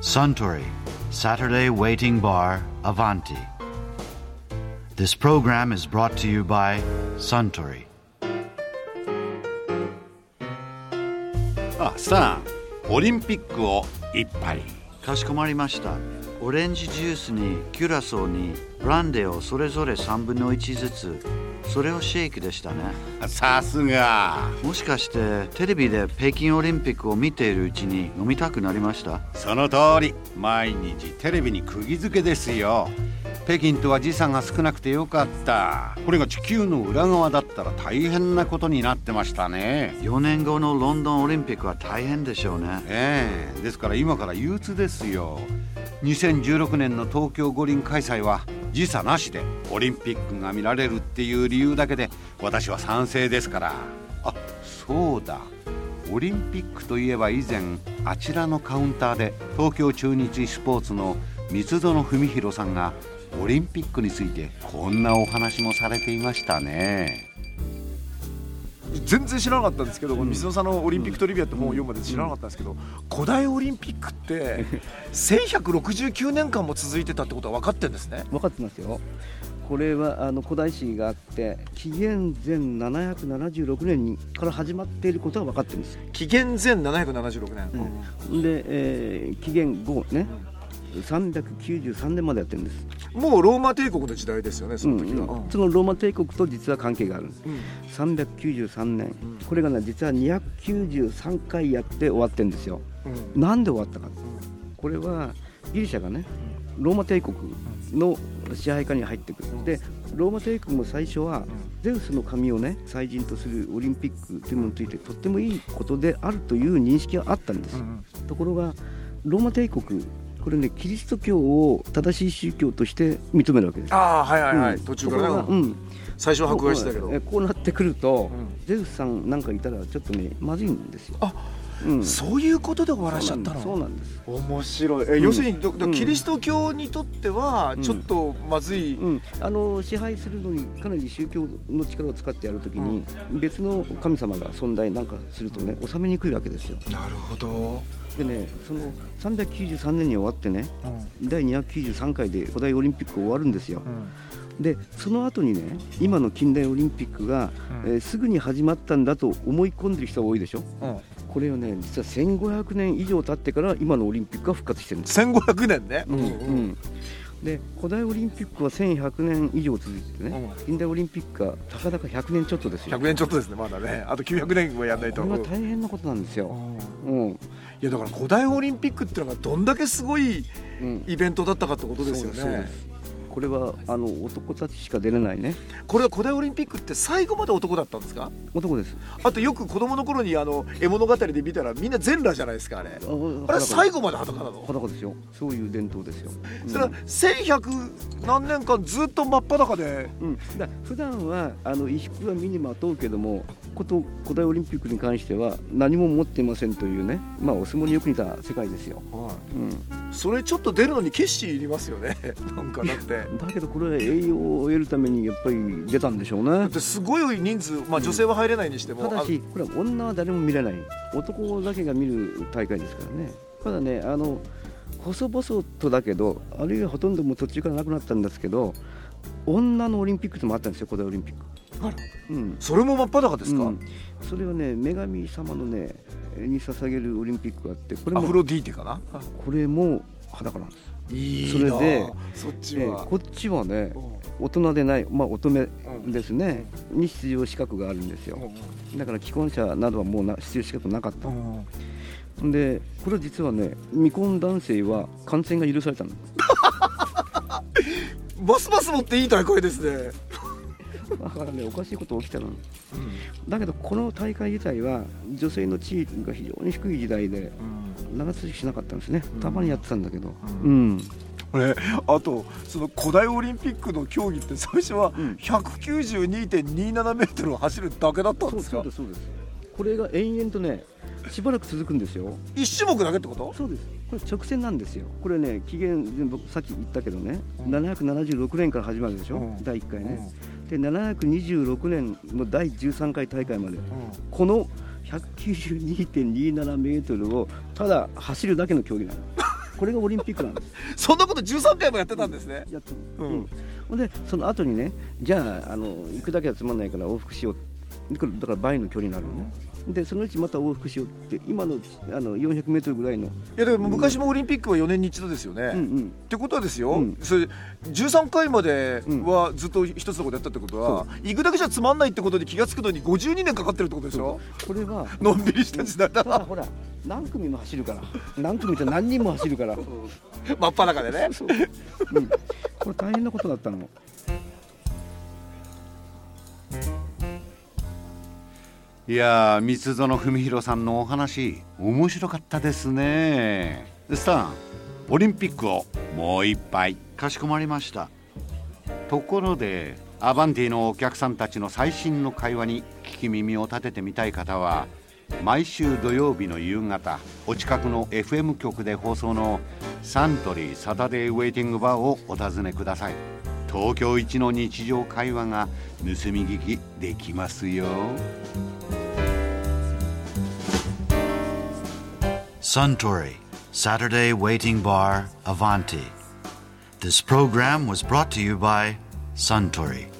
Suntory Saturday Waiting Bar Avanti. This program is brought to you by Suntory. さあオリンピックを一杯。 かしこまりました。オレンジジュースにキュラソーにブランデーをそれぞれ3分の1ずつ、それをシェイクでしたね。 さすが。 もしかしてテレビで北京オリンピックを見ているうちに飲みたくなりました？ その通り、毎日テレビに釘付けですよ。北京とは時差が少なくてよかった。これが地球の裏側だったら大変なことになってましたね。 4年後のロンドンオリンピックは大変でしょうね。 ですから今から憂鬱ですよ。2016年の東京五輪開催は時差なしでオリンピックが見られるっていう理由だけで私は賛成ですから。そうだ、オリンピックといえば以前あちらのカウンターで東京中日スポーツの三園文弘さんがオリンピックについてこんなお話もされていましたね。 全然知らなかったんですけど、水野さんのオリンピックトリビアって本を読むまで知らなかったんですけど、古代オリンピックって1169年間も続いてたってことは分かってるんですね。 分かってますよ。これは古代史があって紀元前776年から始まっていることは分かってるんです。 紀元前776年、 で、紀元後ね、393年までやってるんです。 もうローマ帝国の時代ですよね、その時は。 そのローマ帝国と実は関係がある、393年、これがね実は293回やって終わってるんですよ、なんで終わったか、これはギリシャがねローマ帝国の支配下に入ってくる。でローマ帝国も最初はゼウスの神をね祭神とするオリンピックというものについてとってもいいことであるという認識があったんです、ところがローマ帝国これねキリスト教を正しい宗教として認めるわけです。 途中からね、最初は迫害してたけどこうなってくると、ゼウスさんなんかいたらちょっとねまずいんですよ。 そういうことで終わらしちゃったの。 そうなんです。 面白い。要するにキリスト教にとってはちょっとまずい、 支配するのにかなり宗教の力を使ってやるときに、別の神様が存在なんかするとね収めにくいわけですよ。 なるほど。 でね、その393年に終わってね、第293回で古代オリンピック終わるんですよ、でその後にね今の近代オリンピックが、すぐに始まったんだと思い込んでる人が多いでしょ、これはね実は1500年以上経ってから今のオリンピックが復活してるんです。 1500年ね、 で古代オリンピックは1100年以上続いててね、近代オリンピックがたかだか100年ちょっとですよ。 100年ちょっとですね、まだね。あと900年はやらないと。 これは大変なことなんですよ。 いやだから古代オリンピックっていうのがどんだけすごいイベントだったかってことですよね。 そうです。これは男たちしか出れないね。 これは古代オリンピックって最後まで男だったんですか？ 男です。 あとよく子供の頃に絵物語で見たらみんな全裸じゃないですか、あれ最後まで裸なの？ 裸ですよ。そういう伝統ですよ。 それは1100何年間ずっと真っ裸で、 普段は衣服は身にまとうけども、古代オリンピックに関しては何も持っていませんというね、お相撲によく似た世界ですよ。 それちょっと出るのに決心いりますよね。なんかだってだけどこれは栄養を得るためにやっぱり出たんでしょうね。 だってすごい人数、女性は入れないにしても、 ただしこれは女は誰も見れない、男だけが見る大会ですからね。ただね細々とだけど、あるいはほとんどもう途中からなくなったんですけど、女のオリンピックでもあったんですよ、古代オリンピック。 それも真っ裸ですか？ それはね女神様のねに捧げるオリンピックがあって、これもアフロディーテかな、 これも裸なんです。それでそっちは、 こっちはね大人でない、乙女ですね、に出場資格があるんですよ。だから既婚者などはもう出場資格なかった。でこれ実はね未婚男性は観戦が許されたの。 ますますもっていい大会ですね。 だからねおかしいこと起きたの、だけどこの大会自体は女性の地位が非常に低い時代で長続きしなかったんですね。たまにやってたんだけど、 あとその古代オリンピックの競技って最初は 192.27 メートルを走るだけだったんですか？ そうです。これが延々とねしばらく続くんですよ。 一種目だけってこと？ そうです。これ直線なんですよ。これね紀元僕さっき言ったけどね、776年から始まるでしょ、第1回ね。で726年の第13回大会まで、この 192.27 メートルをただ走るだけの競技なの。 これがオリンピックなんです。 そんなこと13回もやってたんですね。 やってほんでその後にね、じゃあ行くだけはつまんないから往復しよう。だから倍の距離になるのね。でそのうちまた往復しようって今の400メートルぐらいの。いやでも昔もオリンピックは4年に一度ですよね。ってことはですよ、それ13回まではずっと一つのことやったってことは、行くだけじゃつまんないってことに気がつくのに52年かかってるってことでしょ。 これはのんびりした時代だな。 ほら何組も走るから、何組って何人も走るから真っ裸でね。 これ大変なことだったの。 いやー、三園文弘さんのお話面白かったですね。スタン、オリンピックをもう一杯。 かしこまりました。 ところでアバンティのお客さんたちの最新の会話に聞き耳を立ててみたい方は、毎週土曜日の夕方お近くの FM 局で放送のサントリーサタデーウェイティングバーをお尋ねください。東京一の日常会話が盗み聞きできますよ。 Suntory Saturday Waiting Bar Avanti. This program was brought to you by Suntory.